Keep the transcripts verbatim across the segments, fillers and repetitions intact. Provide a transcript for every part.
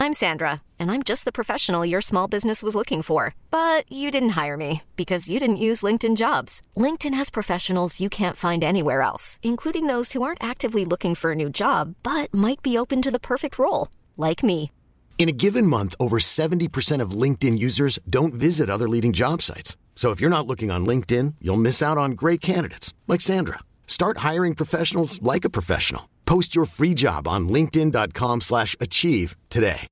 I'm Sandra, and I'm just the professional your small business was looking for. But you didn't hire me because you didn't use LinkedIn Jobs. LinkedIn has professionals you can't find anywhere else, including those who aren't actively looking for a new job, but might be open to the perfect role, like me. In a given month, over seventy percent of LinkedIn users don't visit other leading job sites. So if you're not looking on LinkedIn, you'll miss out on great candidates like Sandra. Start hiring professionals like a professional. Post your free job on linkedin.com slash achieve today.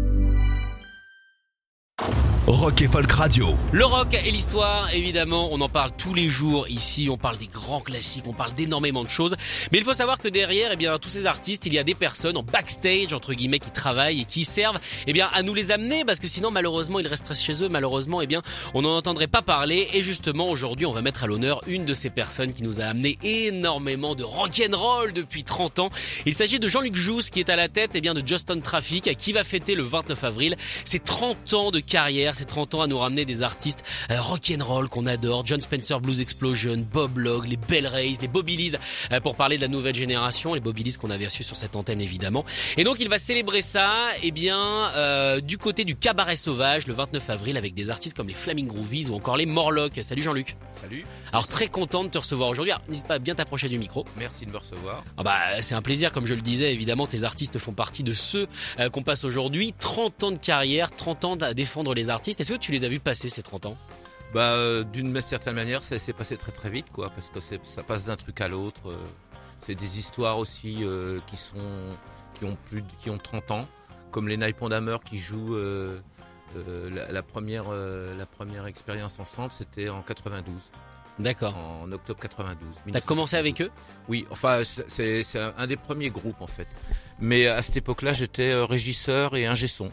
Rock et Folk Radio. Le rock et l'histoire, évidemment, on en parle tous les jours ici, on parle des grands classiques, on parle d'énormément de choses. Mais il faut savoir que derrière, eh bien, tous ces artistes, il y a des personnes en backstage, entre guillemets, qui travaillent et qui servent, eh bien, à nous les amener, parce que sinon, malheureusement, ils resteraient chez eux, malheureusement, eh bien, on n'en entendrait pas parler. Et justement, aujourd'hui, on va mettre à l'honneur une de ces personnes qui nous a amené énormément de rock'n'roll depuis trente ans. Il s'agit de Jean-Luc Jousse, qui est à la tête, eh bien, de Just On Traffic, qui va fêter le vingt-neuf avril ses trente ans de carrière. C'est trente ans à nous ramener des artistes euh, rock'n'roll qu'on adore, Jon Spencer Blues Explosion, Bob Log, les Bell Rays, les Bobby Lees, euh, pour parler de la nouvelle génération, les Bobby Lees qu'on avait reçus sur cette antenne évidemment. Et donc il va célébrer ça, eh bien euh, du côté du Cabaret Sauvage le vingt-neuf avril avec des artistes comme les Flaming Groovies ou encore les Morlocks. Salut Jean-Luc. Salut. Alors très content de te recevoir aujourd'hui. Alors, n'hésite pas à bien t'approcher du micro. Merci de me recevoir. Ah bah c'est un plaisir, comme je le disais, évidemment tes artistes font partie de ceux euh, qu'on passe aujourd'hui. trente ans de carrière, trente ans à défendre les artistes. Est-ce que tu les as vus passer ces trente ans? Bah euh, d'une certaine manière ça s'est passé très très vite quoi, parce que c'est, ça passe d'un truc à l'autre. Euh, c'est des histoires aussi euh, qui sont qui ont plus de, qui ont trente ans, comme les Naipon Hammer qui jouent euh, euh, la, la première euh, la première expérience ensemble, c'était en quatre-vingt-douze. D'accord. En octobre quatre-vingt-douze. T'as commencé avec eux? Oui, enfin c'est, c'est un des premiers groupes en fait. Mais à cette époque-là, j'étais régisseur et ingé son.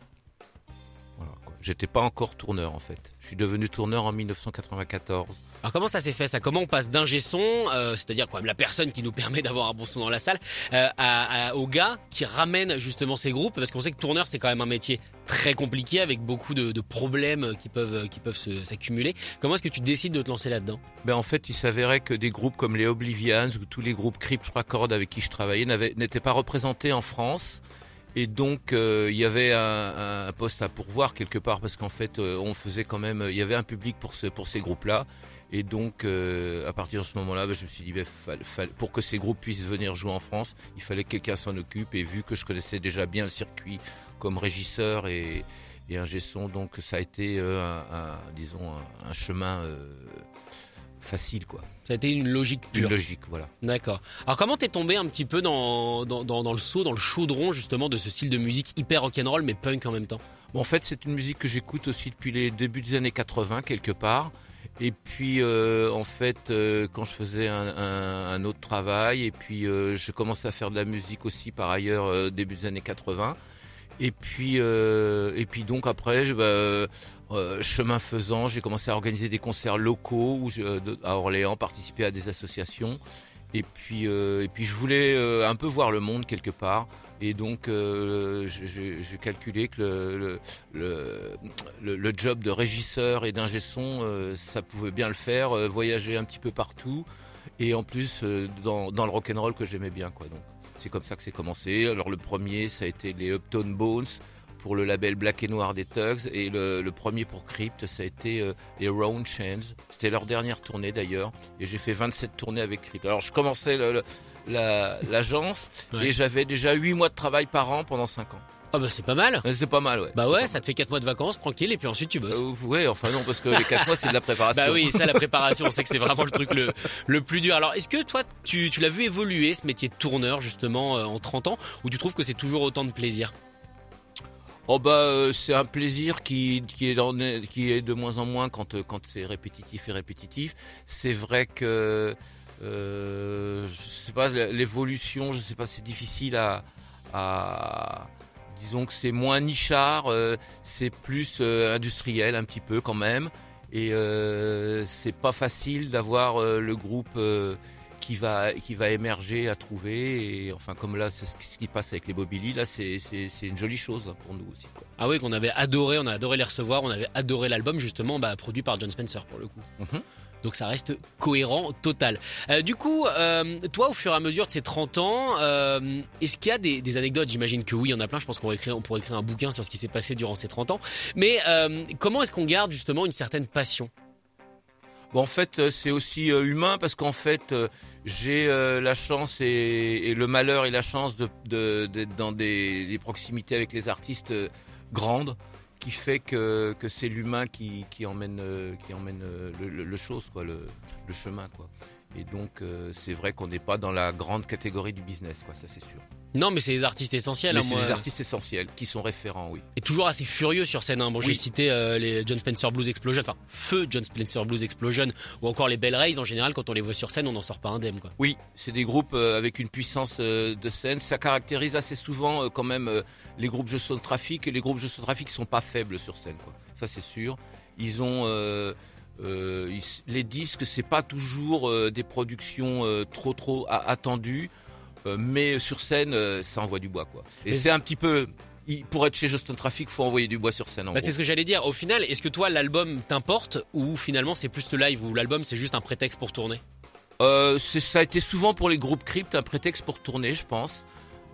Voilà, quoi. J'étais pas encore tourneur en fait. Je suis devenu tourneur en dix-neuf cent quatre-vingt-quatorze. Alors comment ça s'est fait ça? Comment on passe d'ingé son, euh, c'est-à-dire quand même la personne qui nous permet d'avoir un bon son dans la salle, euh, à, à, au gars qui ramène justement ces groupes? Parce qu'on sait que tourneur c'est quand même un métier très compliqué avec beaucoup de, de problèmes qui peuvent qui peuvent se, s'accumuler. Comment est-ce que tu décides de te lancer là-dedans? Ben en fait, il s'avérait que des groupes comme les Oblivians ou tous les groupes Crypt Records avec qui je travaillais n'étaient pas représentés en France. Et donc euh, il y avait un, un poste à pourvoir quelque part, parce qu'en fait euh, on faisait quand même, il y avait un public pour ce pour ces groupes-là. Et donc, euh, à partir de ce moment-là, bah, je me suis dit, bah, fall, fall, pour que ces groupes puissent venir jouer en France, il fallait que quelqu'un s'en occupe. Et vu que je connaissais déjà bien le circuit comme régisseur et, et ingé son, donc ça a été, euh, un, un, disons, un, un chemin euh, facile, quoi. Ça a été une logique pure. Une logique, voilà. D'accord. Alors comment t'es tombé un petit peu dans, dans, dans, dans le seau, dans le chaudron justement de ce style de musique hyper rock'n'roll mais punk en même temps? Bon, en fait, c'est une musique que j'écoute aussi depuis les débuts des années quatre-vingts, quelque part. Et puis euh, en fait euh, quand je faisais un, un, un autre travail, et puis euh, je commençais à faire de la musique aussi par ailleurs euh, début des années quatre-vingts, et puis euh, et puis donc après je, bah, euh, chemin faisant, j'ai commencé à organiser des concerts locaux où je, de, à Orléans, participer à des associations, et puis euh, et puis je voulais euh, un peu voir le monde quelque part. Et donc, euh, j'ai, j'ai calculé que le, le, le, le job de régisseur et d'ingé son, euh, ça pouvait bien le faire, euh, voyager un petit peu partout, et en plus euh, dans, dans le rock'n'roll que j'aimais bien, quoi. Donc, c'est comme ça que c'est commencé. Alors le premier, ça a été les Uptown Bones pour le label Black et Noir des Tugs, et le, le premier pour Crypt, ça a été euh, les Round Chains. C'était leur dernière tournée d'ailleurs, et j'ai fait vingt-sept tournées avec Crypt. Alors je commençais le, le La, l'agence, ouais. Et j'avais déjà huit mois de travail par an pendant cinq ans. Ah bah c'est pas mal. C'est pas mal, ouais. Bah ouais, ça mal. te fait quatre mois de vacances tranquille, et puis ensuite tu bosses. Euh, ouais, enfin non, parce que les quatre mois c'est de la préparation. Bah oui, ça la préparation, on sait que c'est vraiment le truc le, le plus dur. Alors est-ce que toi tu, tu l'as vu évoluer ce métier de tourneur justement euh, en trente ans, ou tu trouves que c'est toujours autant de plaisir? Oh bah euh, c'est un plaisir qui qui est dans, qui est de moins en moins quand quand c'est répétitif et répétitif. C'est vrai que Euh, je sais pas, l'évolution, je sais pas, c'est difficile à, à disons que c'est moins nichard, euh, c'est plus euh, industriel un petit peu quand même, et euh, c'est pas facile d'avoir euh, le groupe euh, qui va qui va émerger à trouver, et enfin comme là c'est ce qui passe avec les Bobby Lee, là c'est c'est c'est une jolie chose pour nous aussi, quoi. Ah oui, qu'on avait adoré, on a adoré les recevoir, on avait adoré l'album justement bah, produit par Jon Spencer pour le coup. Mm-hmm. Donc ça reste cohérent total. Euh, du coup, euh, toi, au fur et à mesure de ces trente ans, euh, est-ce qu'il y a des, des anecdotes? J'imagine que oui, il y en a plein. Je pense qu'on pourrait écrire, on pourrait écrire un bouquin sur ce qui s'est passé durant ces trente ans. Mais euh, comment est-ce qu'on garde justement une certaine passion? Bon, en fait, c'est aussi euh, humain parce qu'en fait, euh, j'ai euh, la chance et, et le malheur et la chance de, de, d'être dans des, des proximités avec les artistes euh, grandes, qui fait que, que c'est l'humain qui, qui emmène, euh, qui emmène euh, le, le, le chose, quoi, le, le chemin, quoi. Et donc, euh, c'est vrai qu'on n'est pas dans la grande catégorie du business, quoi, ça c'est sûr. Non, mais c'est les artistes essentiels. Mais hein, c'est moi. des artistes essentiels qui sont référents, oui. Et toujours assez furieux sur scène. Hein. Bon, oui. J'ai cité euh, les John Spencer Blues Explosion, enfin Feu John Spencer Blues Explosion, ou encore les Bell Rays. En général, quand on les voit sur scène, on n'en sort pas indemne, quoi. Oui, c'est des groupes euh, avec une puissance euh, de scène. Ça caractérise assez souvent euh, quand même euh, les groupes Jeux Soul Traffic. Et les groupes Jeux Soul Traffic sont pas faibles sur scène, quoi. Ça c'est sûr. Ils ont euh, euh, ils, les disques, c'est pas toujours euh, des productions euh, trop trop a- attendues. Euh, mais sur scène, euh, ça envoie du bois, quoi. Et mais c'est un petit peu, il, pour être chez Justin Traffic, faut envoyer du bois sur scène. En bah gros. C'est ce que j'allais dire. Au final, est-ce que toi, l'album t'importe ou finalement c'est plus le live ou l'album c'est juste un prétexte pour tourner? euh, c'est, Ça a été souvent pour les groupes Crypt un prétexte pour tourner, je pense.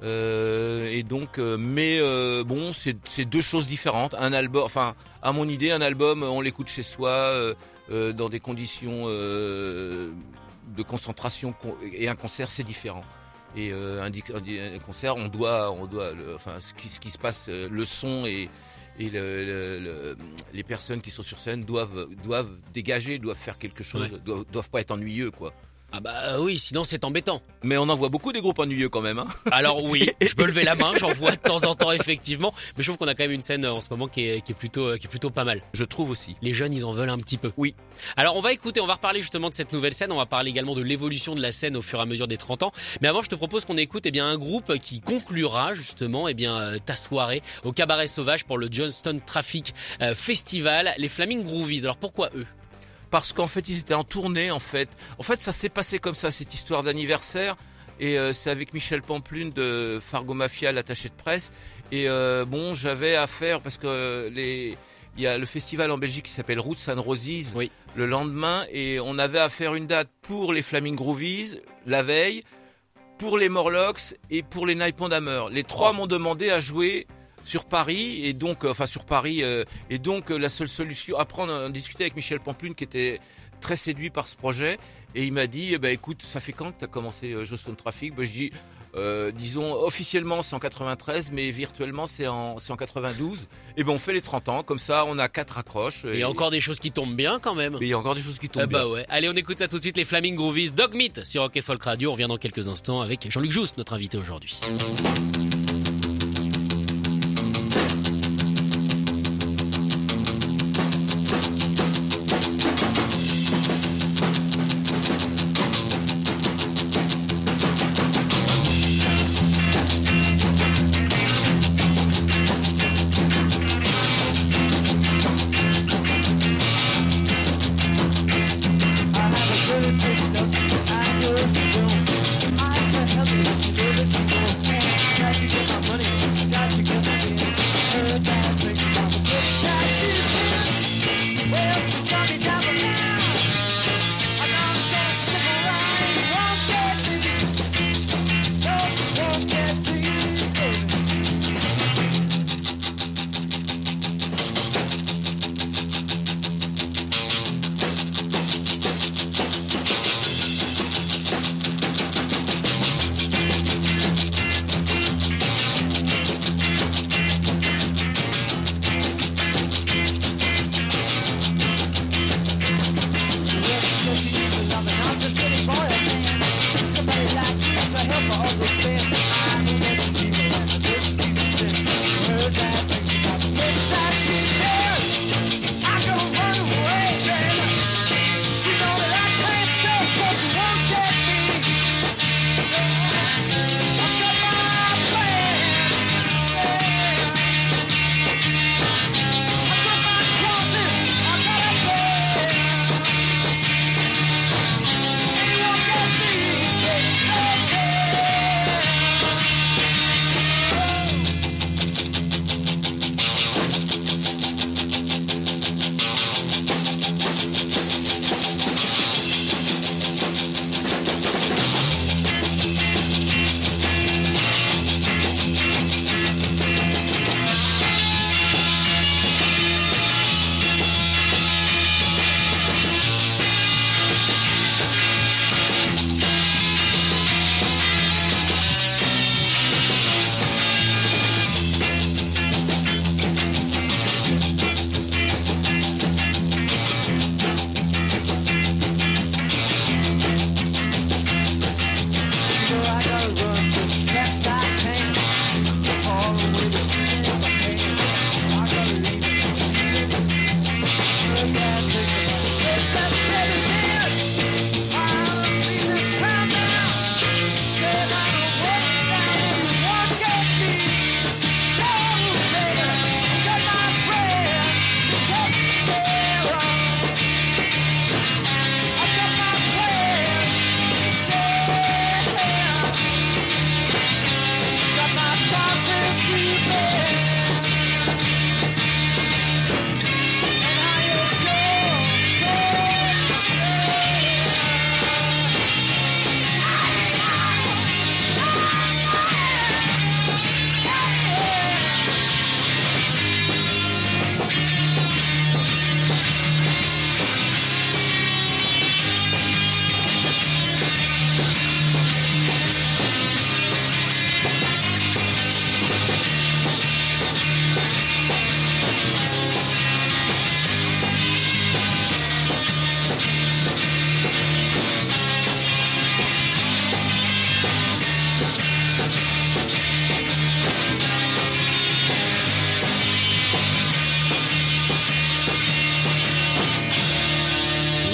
Euh, et donc, euh, mais euh, bon, c'est, c'est deux choses différentes. Un album, enfin, à mon idée, un album, on l'écoute chez soi, euh, euh, dans des conditions euh, de concentration, et un concert, c'est différent. Et euh, un, un concert, on doit, on doit, le, enfin, ce qui, ce qui se passe, euh, le son et, et le, le, le, les personnes qui sont sur scène doivent, doivent dégager, doivent faire quelque chose, ouais. doivent, doivent pas être ennuyeux, quoi. Ah bah oui, sinon c'est embêtant. Mais on en voit beaucoup des groupes ennuyeux quand même. Hein. Alors oui, je peux lever la main, j'en vois de temps en temps effectivement. Mais je trouve qu'on a quand même une scène en ce moment qui est, qui est plutôt, qui est plutôt pas mal. Je trouve aussi. Les jeunes, ils en veulent un petit peu. Oui. Alors on va écouter, on va reparler justement de cette nouvelle scène. On va parler également de l'évolution de la scène au fur et à mesure des trente ans. Mais avant, je te propose qu'on écoute eh bien un groupe qui conclura justement eh bien ta soirée au Cabaret Sauvage pour le Johnston Traffic euh, Festival, les Flaming Groovies. Alors pourquoi eux? Parce qu'en fait, ils étaient en tournée, en fait. En fait, ça s'est passé comme ça, cette histoire d'anniversaire. Et euh, c'est avec Michel Pamplune de Fargo Mafia, l'attaché de presse. Et euh, bon, j'avais affaire, parce que les... il y a le festival en Belgique qui s'appelle Roots and Roses, oui. le lendemain. Et on avait à faire une date pour les Flaming Groovies, la veille, pour les Morlocks et pour les Night Pond Hammer. Les trois oh. m'ont demandé à jouer sur Paris, et donc, euh, enfin sur Paris, euh, et donc euh, la seule solution, après on a discuté avec Michel Pamplune qui était très séduit par ce projet, et il m'a dit, eh ben, écoute, ça fait quand que tu as commencé euh, Johnston Traffic? Ben, je dis, euh, disons, officiellement c'est en quatre-vingt-treize, mais virtuellement c'est en, c'est en quatre-vingt-douze, et ben on fait les trente ans, comme ça on a quatre accroches. Et il y a encore des choses qui tombent bien quand même. Il y a encore des choses qui tombent euh, bien. Bah ouais. Allez, on écoute ça tout de suite, les Flaming Groovies, Dog Meat sur Rock et Folk Radio. On revient dans quelques instants avec Jean-Luc Jousse, notre invité aujourd'hui.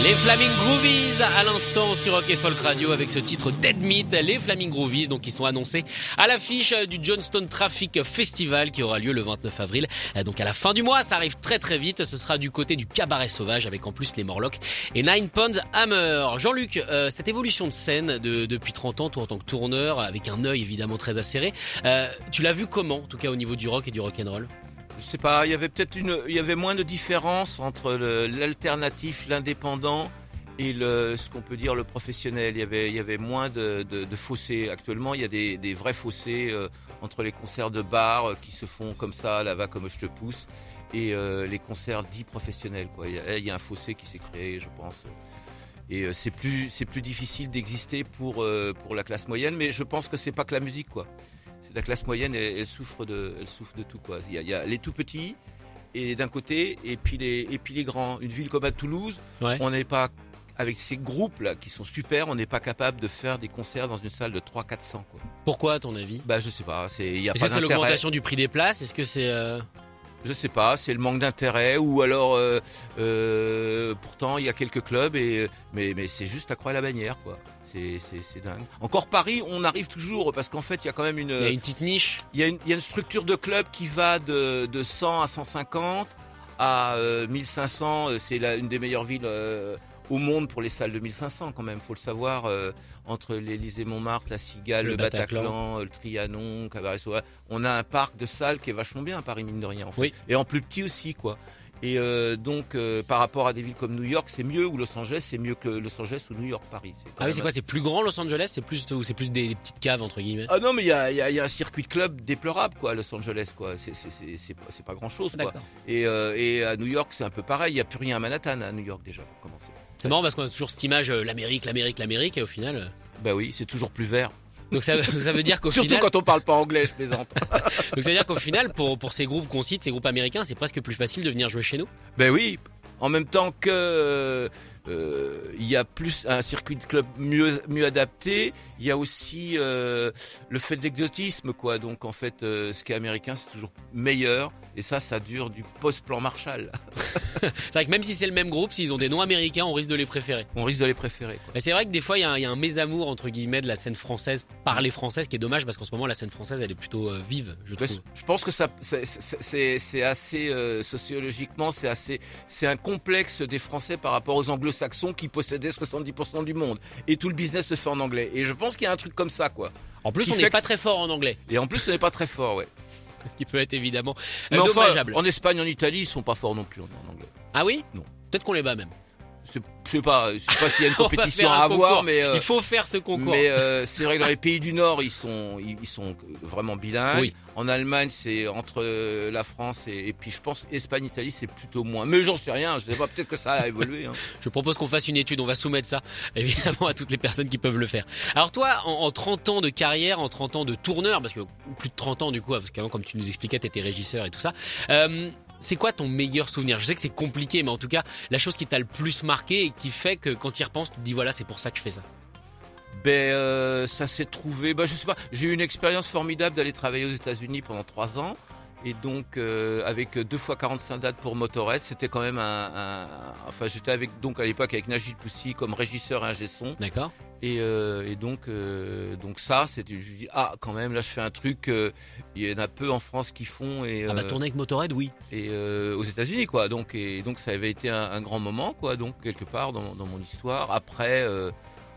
Les Flaming Groovies à l'instant sur Rock et Folk Radio avec ce titre Dead Meat. Les Flaming Groovies donc qui sont annoncés à l'affiche du Johnstone Traffic Festival qui aura lieu le vingt-neuf avril. Donc à la fin du mois, ça arrive très très vite. Ce sera du côté du Cabaret Sauvage avec en plus les Morlocks et Nine Pound Hammer. Jean-Luc, euh, cette évolution de scène de, depuis trente ans, toi en tant que tourneur, avec un œil évidemment très acéré, euh, tu l'as vu comment, en tout cas au niveau du rock et du rock'n'roll? Je sais pas, il y avait peut-être une, il y avait moins de différence entre le, l'alternatif, l'indépendant et le, ce qu'on peut dire le professionnel. Il y avait, il y avait moins de, de, de fossés. Actuellement, il y a des, des vrais fossés euh, entre les concerts de bar euh, qui se font comme ça, là va comme je te pousse, et euh, les concerts dits professionnels, quoi. Il y a, il y a un fossé qui s'est créé, je pense. Et euh, c'est plus, c'est plus difficile d'exister pour euh, pour la classe moyenne, mais je pense que c'est pas que la musique, quoi. La classe moyenne, elle, elle souffre de, elle souffre de tout, quoi. Il y a, il y a les tout petits et d'un côté, et puis les, et puis les grands. Une ville comme à Toulouse, ouais. On n'est pas avec ces groupes là qui sont super, on n'est pas capable de faire des concerts dans une salle de trois cents à quatre cents, quoi. Pourquoi, à ton avis? Bah je sais pas. C'est, il y a Est-ce pas que c'est d'intérêt. L'augmentation du prix des places? Est-ce que c'est euh... Je sais pas, c'est le manque d'intérêt ou alors euh, euh, pourtant il y a quelques clubs et mais mais c'est juste la croix à la bannière, quoi. C'est c'est c'est dingue. Encore Paris, on arrive toujours parce qu'en fait il y a quand même une il y a une petite niche. Il y a une il y a une structure de club qui va de de cent à cent cinquante à euh, mille cinq cents. C'est la, une des meilleures villes euh, au monde pour les salles de mille cinq cents quand même. Faut le savoir. Euh, entre l'Élysée-Montmartre, la Cigale, le, le Bataclan, Bataclan, le Trianon, Cabaret Sauvage, on a un parc de salles qui est vachement bien à Paris, mine de rien, en fait. Oui. Et en plus petit aussi, quoi. Et euh, donc, euh, par rapport à des villes comme New York, c'est mieux, ou Los Angeles, c'est mieux que Los Angeles ou New York, Paris. C'est ah oui, c'est quoi? C'est plus grand Los Angeles? C'est plus, ou c'est plus des, des petites caves, entre guillemets? Ah non, mais il y a, y, a, y a un circuit de club déplorable, quoi, à Los Angeles, quoi. C'est, c'est, c'est, c'est, pas, c'est pas grand chose, quoi. Et, euh, et à New York, c'est un peu pareil. Il n'y a plus rien à Manhattan, à New York, déjà, pour commencer. C'est marrant parce qu'on a toujours cette image, euh, l'Amérique, l'Amérique, l'Amérique, et au final. Euh... Bah oui, c'est toujours plus vert. Donc ça, ça veut dire qu'au Surtout final. Surtout quand on parle pas anglais, je plaisante. Donc ça veut dire qu'au final, pour, pour ces groupes qu'on cite, ces groupes américains, c'est presque plus facile de venir jouer chez nous? Ben oui. En même temps que euh, euh, il y a plus un circuit de club mieux mieux adapté, il y a aussi euh, le fait de l'exotisme, quoi. Donc en fait, euh, ce qui est américain, c'est toujours meilleur. Et ça, ça dure du post-plan Marshall. C'est vrai que même si c'est le même groupe, s'ils ont des noms américains, on risque de les préférer. On risque de les préférer, quoi. Mais c'est vrai que des fois, il y, y a un mésamour entre guillemets de la scène française par les Français, ce qui est dommage parce qu'en ce moment, la scène française, elle est plutôt euh, vive, je trouve. Je pense que ça, c'est, c'est, c'est assez euh, sociologiquement, c'est assez, c'est un complexe des Français par rapport aux Anglo-Saxons qui possédaient soixante-dix pour cent du monde. Et tout le business se fait en anglais. Et je pense qu'il y a un truc comme ça, quoi. En plus, on n'est pas très fort en anglais. Et en plus, on n'est pas très fort, ouais. Ce qui peut être évidemment euh, enfin, dommageable. En Espagne, en Italie, ils sont pas forts non plus en anglais. Ah oui? Non. Peut-être qu'on les bat même. C'est, je sais pas, je sais pas s'il y a une compétition à avoir, mais euh, il faut faire ce concours. Mais euh, c'est vrai que dans les pays du Nord, ils sont, ils, ils sont vraiment bilingues. Oui. En Allemagne, c'est entre la France et, et puis je pense Espagne, Italie, c'est plutôt moins. Mais j'en sais rien, je sais pas, peut-être que ça a évolué. Hein. Je propose qu'on fasse une étude, on va soumettre ça évidemment à toutes les personnes qui peuvent le faire. Alors toi, en, en trente ans de carrière, en trente ans de tourneur, parce que plus de trente ans du coup, parce qu'avant comme tu nous expliquais, t'étais régisseur et tout ça. Euh, C'est quoi ton meilleur souvenir? Je sais que c'est compliqué, mais en tout cas, la chose qui t'a le plus marqué et qui fait que quand tu y repenses, tu te dis voilà, c'est pour ça que je fais ça. Ben, euh, ça s'est trouvé. Ben, je sais pas. J'ai eu une expérience formidable d'aller travailler aux États-Unis pendant trois ans. Et donc, euh, avec deux fois quarante-cinq dates pour Motorhead, c'était quand même un, un. Enfin, j'étais avec donc à l'époque avec Najib Poussi comme régisseur et ingé son. D'accord. Et, euh, et donc, euh, donc ça, c'était. Je dis ah, quand même, là, je fais un truc. Euh, il y en a peu en France qui font. Et, ah bah tourner avec Motorhead, oui. Et euh, aux États-Unis, quoi. Donc, et donc, ça avait été un, un grand moment, quoi. Donc, quelque part dans, dans mon histoire. Après. Euh,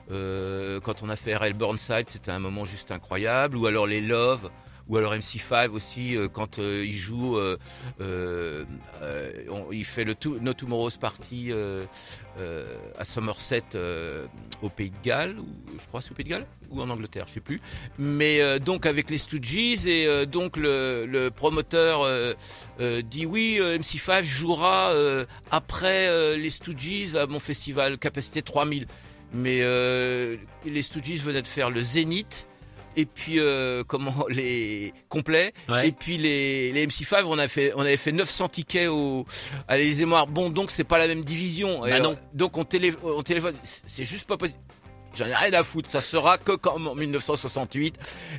Euh, quand on a fait R L Burnside, c'était un moment juste incroyable. Ou alors les Love, ou alors M C cinq aussi, euh, quand euh, il joue, euh, euh, euh, on, il fait le to- No Tomorrow's Party euh, euh, à Somerset, euh, au Pays de Galles, ou je crois c'est au Pays de Galles, ou en Angleterre, je sais plus. Mais euh, donc avec les Stooges, et euh, donc le, le promoteur euh, euh, dit oui, euh, M C cinq jouera euh, après euh, les Stooges à mon festival, capacité trois mille. Mais euh, les Stooges venaient de faire le Zénith et puis euh, comment les complets ouais. Et puis les les M C cinq on a fait on avait fait neuf cents tickets au à l'Élysée-Montmartre. Bon donc c'est pas la même division. Bah et, non. euh, donc on télé on téléphone, c'est juste pas possible. J'en ai rien à foutre. Ça sera que comme en dix-neuf cent soixante-huit,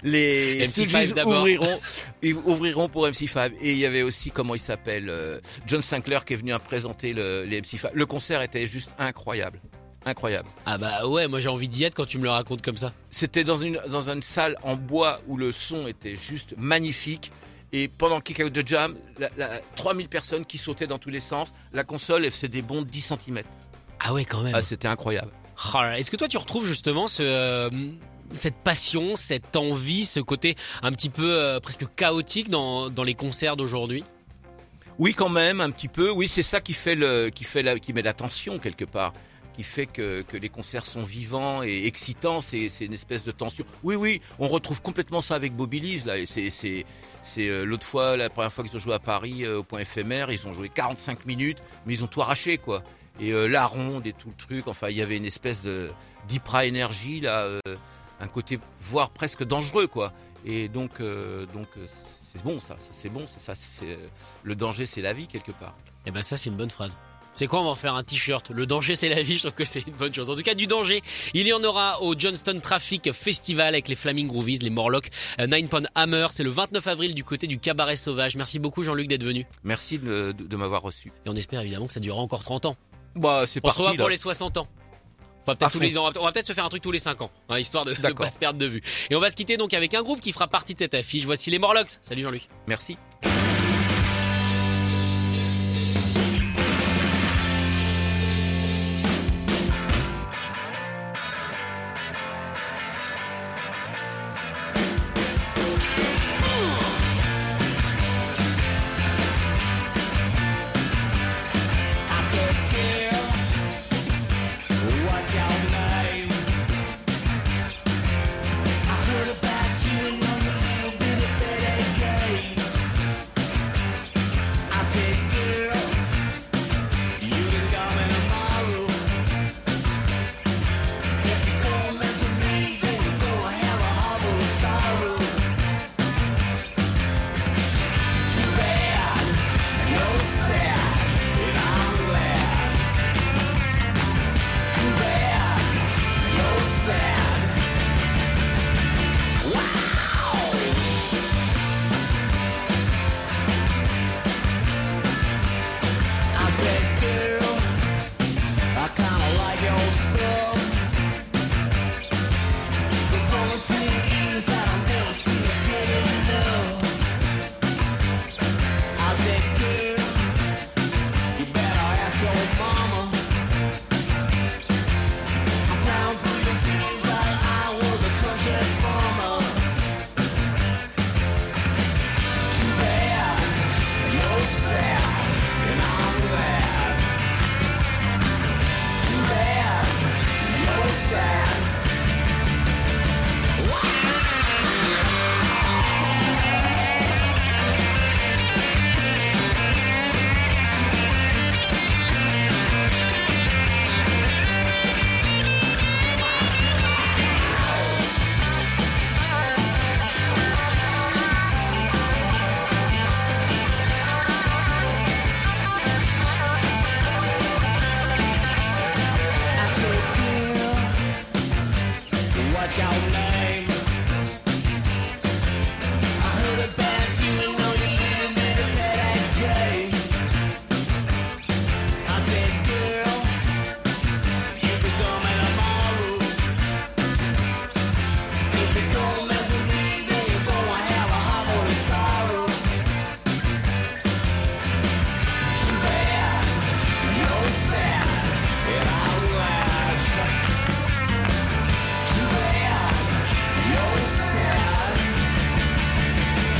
les M C cinq Stooges d'abord. ouvriront, ils ouvriront pour M C cinq. Et il y avait aussi, comment il s'appelle, euh, John Sinclair qui est venu à présenter le, les M C cinq. Le concert était juste incroyable. Incroyable. Ah bah ouais, moi j'ai envie d'y être quand tu me le racontes comme ça. C'était dans une, dans une salle en bois où le son était juste magnifique. Et pendant le kick-out de Jam, la, la, trois mille personnes qui sautaient dans tous les sens. La console, elle faisait des bonds de dix centimètres. Ah ouais, quand même. Ah, c'était incroyable. Oh là là. Est-ce que toi tu retrouves justement ce, euh, cette passion, cette envie, ce côté un petit peu euh, presque chaotique dans, dans les concerts d'aujourd'hui ? Oui, quand même, un petit peu. Oui, c'est ça qui fait le, qui fait la, qui met la tension quelque part, qui fait que, que les concerts sont vivants et excitants. C'est, c'est une espèce de tension. Oui, oui, on retrouve complètement ça avec Bobby Lees là. Et c'est, c'est, c'est euh, l'autre fois, la première fois qu'ils ont joué à Paris euh, au Point éphémère, ils ont joué quarante-cinq minutes, mais ils ont tout arraché quoi. Et euh, la ronde et tout le truc. Enfin, il y avait une espèce de d'hyper énergie là, euh, un côté voire presque dangereux quoi. Et donc, euh, donc. Euh, c'est bon ça, ça c'est bon, c'est ça, c'est le danger, c'est la vie quelque part. Eh ben ça c'est une bonne phrase. C'est quoi, on va en faire un t-shirt. Le danger c'est la vie, je trouve que c'est une bonne chose. En tout cas, du danger, il y en aura au Johnston Traffic Festival avec les Flaming Groovies, les Morlocks, Nine Pound Hammer. C'est le vingt-neuf avril du côté du Cabaret Sauvage. Merci beaucoup Jean-Luc d'être venu. Merci de, de, de m'avoir reçu. Et on espère évidemment que ça durera encore trente ans. Bah c'est On parti se revoit là. pour les soixante ans. Enfin, peut-être À tous fond. les ans. On va peut-être se faire un truc tous les cinq ans, hein, histoire de ne D'accord. pas se perdre de vue. Et on va se quitter donc avec un groupe qui fera partie de cette affiche. Voici les Morlocks. Salut Jean-Luc. Merci.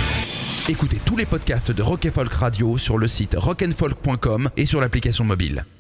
Écoutez tous les podcasts de Rock and Folk Radio sur le site rock and folk point com et sur l'application mobile.